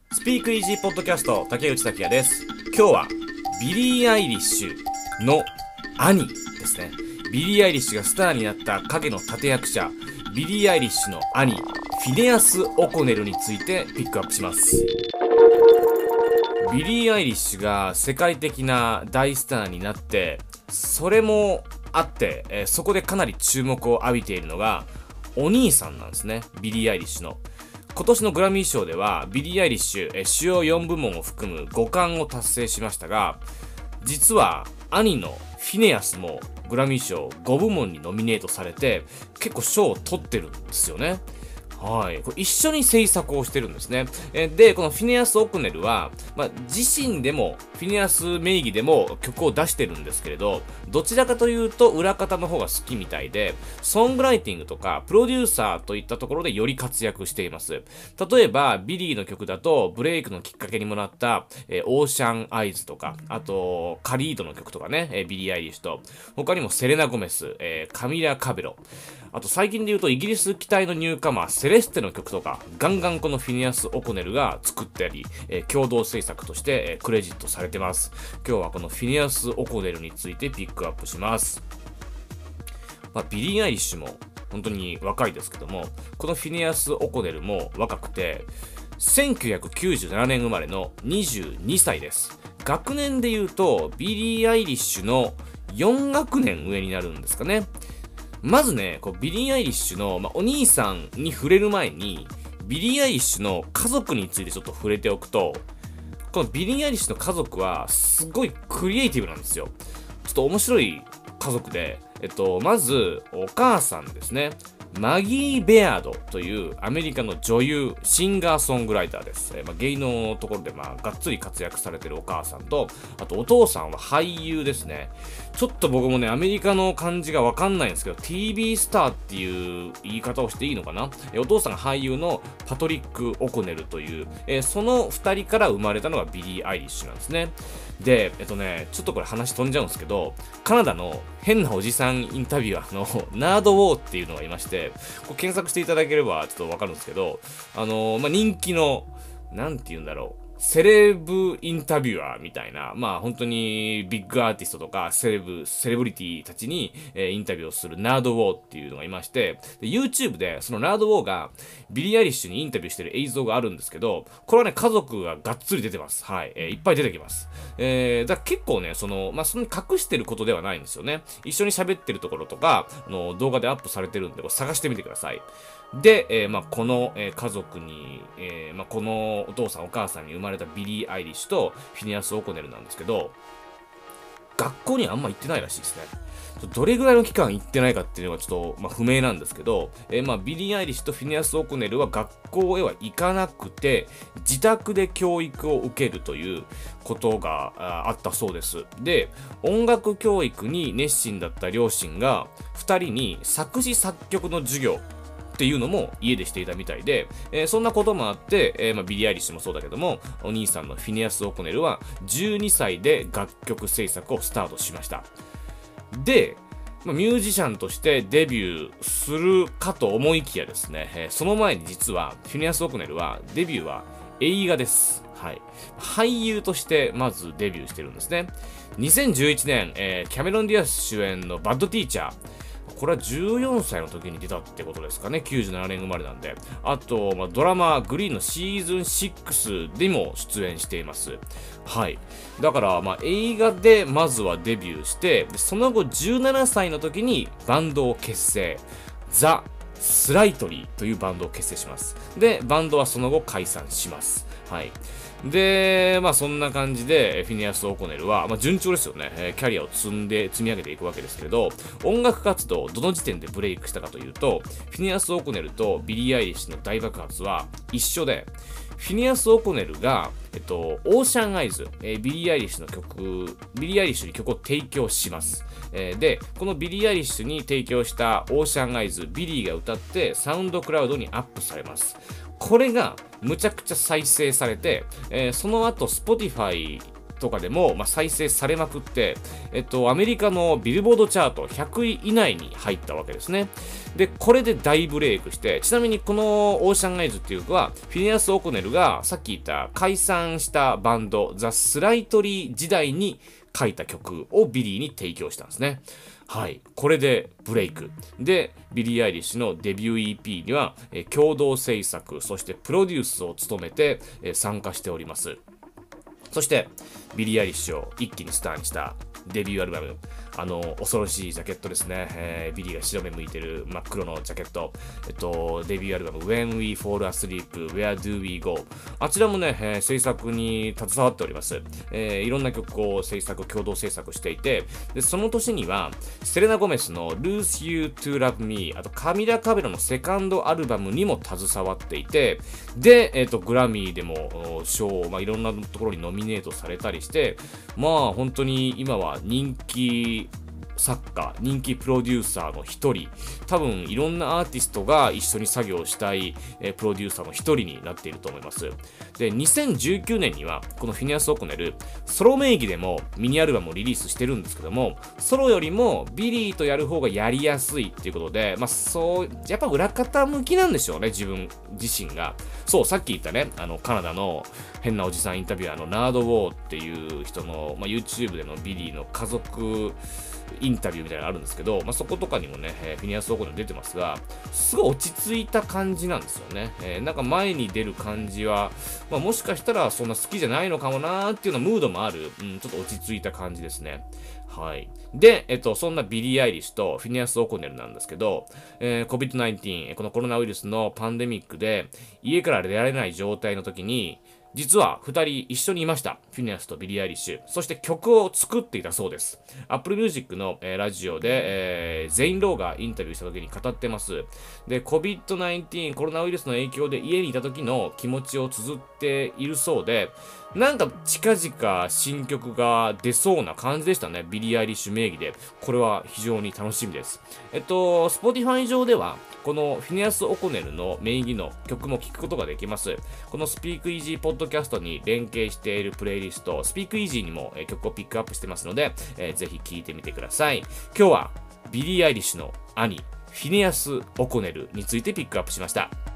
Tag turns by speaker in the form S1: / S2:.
S1: スピークイージーポッドキャスト竹内拓也です。今日はビリー・アイリッシュの兄ですね。ビリー・アイリッシュがスターになった影の立役者、ビリー・アイリッシュの兄フィネアス・オコネルについてピックアップします。ビリー・アイリッシュが世界的な大スターになって、それもあって、そこでかなり注目を浴びているのがお兄さんなんですね。ビリー・アイリッシュの今年のグラミー賞ではビリー・アイリッシュ主要4部門を含む5冠を達成しましたが、実は兄のフィネアスもグラミー賞5部門にノミネートされて結構賞を取ってるんですよね。はい。これ一緒に制作をしてるんですね。で、このフィネアス・オクネルは、自身でも、フィネアス名義でも曲を出してるんですけれど、どちらかというと裏方の方が好きみたいで、ソングライティングとか、プロデューサーといったところでより活躍しています。例えば、ビリーの曲だと、ブレイクのきっかけにもなった、オーシャン・アイズとか、あと、カリードの曲とかね、ビリー・アイリッシュと、他にもセレナ・ゴメス、カミラ・カベロ、あと最近で言うとイギリス期待のニューカマーセレステの曲とかガンガンこのフィネアス・オコネルが作ったり、共同制作として、クレジットされてます。今日はこのフィネアス・オコネルについてピックアップします。ビリー・アイリッシュも本当に若いですけども、このフィネアス・オコネルも若くて1997年生まれの22歳です。学年で言うとビリー・アイリッシュの4学年上になるんですかね。まずね、ビリー・アイリッシュの、お兄さんに触れる前に、ビリー・アイリッシュの家族についてちょっと触れておくと、このビリー・アイリッシュの家族は、すごいクリエイティブなんですよ。ちょっと面白い家族で、まず、お母さんですね。マギー・ベアードというアメリカの女優、シンガーソングライターです。芸能のところでがっつり活躍されてるお母さんと、あとお父さんは俳優ですね。ちょっと僕もね、アメリカの感じがわかんないんですけど、TV スターっていう言い方をしていいのかな。お父さんが俳優のパトリック・オコネルという、その二人から生まれたのがビリー・アイリッシュなんですね。で、ちょっとこれ話飛んじゃうんですけど、カナダの変なおじさんインタビュアーのナードウォーっていうのがいまして、これ検索していただければちょっとわかるんですけど、人気の、なんて言うんだろう。セレブインタビュアーみたいな、本当にビッグアーティストとかセレブリティたちに、インタビューをするナードウォーっていうのがいまして、で YouTube でそのナードウォーがビリー・アイリッシュにインタビューしてる映像があるんですけど、これはね、家族ががっつり出てます。はい。いっぱい出てきます。だから結構ね、その隠してることではないんですよね。一緒に喋ってるところとか、動画でアップされてるんで、探してみてください。で、この、家族に、このお父さんお母さんに生まれたビリー・アイリッシュとフィネアス・オコネルなんですけど、学校にはあんま行ってないらしいですね。どれぐらいの期間行ってないかっていうのはちょっと、不明なんですけど、ビリー・アイリッシュとフィネアス・オコネルは学校へは行かなくて、自宅で教育を受けるということがあったそうです。で、音楽教育に熱心だった両親が、2人に作詞作曲の授業、っていうのも家でしていたみたいで、そんなこともあって、ビリー・アイリッシュもそうだけども、お兄さんのフィネアス・オコネルは12歳で楽曲制作をスタートしました。で、ミュージシャンとしてデビューするかと思いきやですね、その前に実はフィネアス・オコネルはデビューは映画です。はい。俳優としてまずデビューしてるんですね。2011年、キャメロン・ディアス主演のバッドティーチャー。これは14歳の時に出たってことですかね。97年生まれなんで。あと、ドラマグリーンのシーズン6でも出演しています。はい。だから、映画でまずはデビューして、その後17歳の時にバンドを結成。ザ・スライトリーというバンドを結成します。で、バンドはその後解散します。はい。で、そんな感じで、フィネアス・オコネルは、順調ですよね。キャリアを積み上げていくわけですけれど、音楽活動、どの時点でブレイクしたかというと、フィネアス・オコネルとビリー・アイリッシュの大爆発は一緒で、フィネアス・オコネルが、オーシャン・アイズ、ビリー・アイリッシュに曲を提供します。で、このビリー・アイリッシュに提供したオーシャン・アイズ、ビリーが歌ってサウンドクラウドにアップされます。これがむちゃくちゃ再生されて、その後 Spotify とかでも、再生されまくって、アメリカのビルボードチャート100位以内に入ったわけですね。で、これで大ブレイクして、ちなみにこのオーシャンアイズっていうのは、フィネアス・オコネルがさっき言った解散したバンド、ザ・スライトリー時代に書いた曲をビリーに提供したんですね。はい。これでブレイク。で、ビリー・アイリッシュのデビュー EP には、共同制作、そしてプロデュースを務めて、参加しております。そして、ビリー・アイリッシュを一気にスターにしたデビューアルバム、恐ろしいジャケットですね。ビリーが白目向いてる真っ黒のジャケット。デビューアルバム When We Fall Asleep, Where Do We Go? あちらもね、制作に携わっております。いろんな曲を共同制作していて、で、その年には、セレナ・ゴメスの Lose You to Love Me、あとカミラ・カベロのセカンドアルバムにも携わっていて、で、グラミーでも賞、いろんなところにノミネートされたりして、本当に今は人気作家、人気プロデューサーの一人、多分いろんなアーティストが一緒に作業したい、プロデューサーの一人になっていると思います。で、2019年にはこのフィネアス・オコネル、ソロ名義でもミニアルバムをリリースしてるんですけども、ソロよりもビリーとやる方がやりやすいっていうことで、やっぱ裏方向きなんでしょうね、自分自身が。そう、さっき言ったね、カナダの変なおじさんインタビュアーのナード・ウォーっていう人の、YouTube でのビリーの家族インタビューみたいなのがあるんですけど、そことかにもね、フィニアス・オコネル出てますが、すごい落ち着いた感じなんですよね。なんか前に出る感じは、もしかしたらそんな好きじゃないのかもなーっていうようなムードもある、ちょっと落ち着いた感じですね。はい。で、そんなビリー・アイリッシュとフィニアス・オコネルなんですけど、COVID-19、このコロナウイルスのパンデミックで、家から出られない状態の時に、実は二人一緒にいました。フィネアスとビリー・アイリッシュ。そして曲を作っていたそうです。Apple Music の、ラジオで、ゼイン・ローがインタビューした時に語ってます。で、COVID-19 コロナウイルスの影響で家にいた時の気持ちを綴っているそうで、なんか近々新曲が出そうな感じでしたね。ビリー・アイリッシュ名義で。これは非常に楽しみです。Spotify 上では、このフィネアス・オコネルの名義の曲も聴くことができます。この Speak Easy ポッドキャストに連携しているプレイリスト、Speak Easy にも曲をピックアップしてますので、ぜひ聴いてみてください。今日はビリー・アイリッシュの兄、フィネアス・オコネルについてピックアップしました。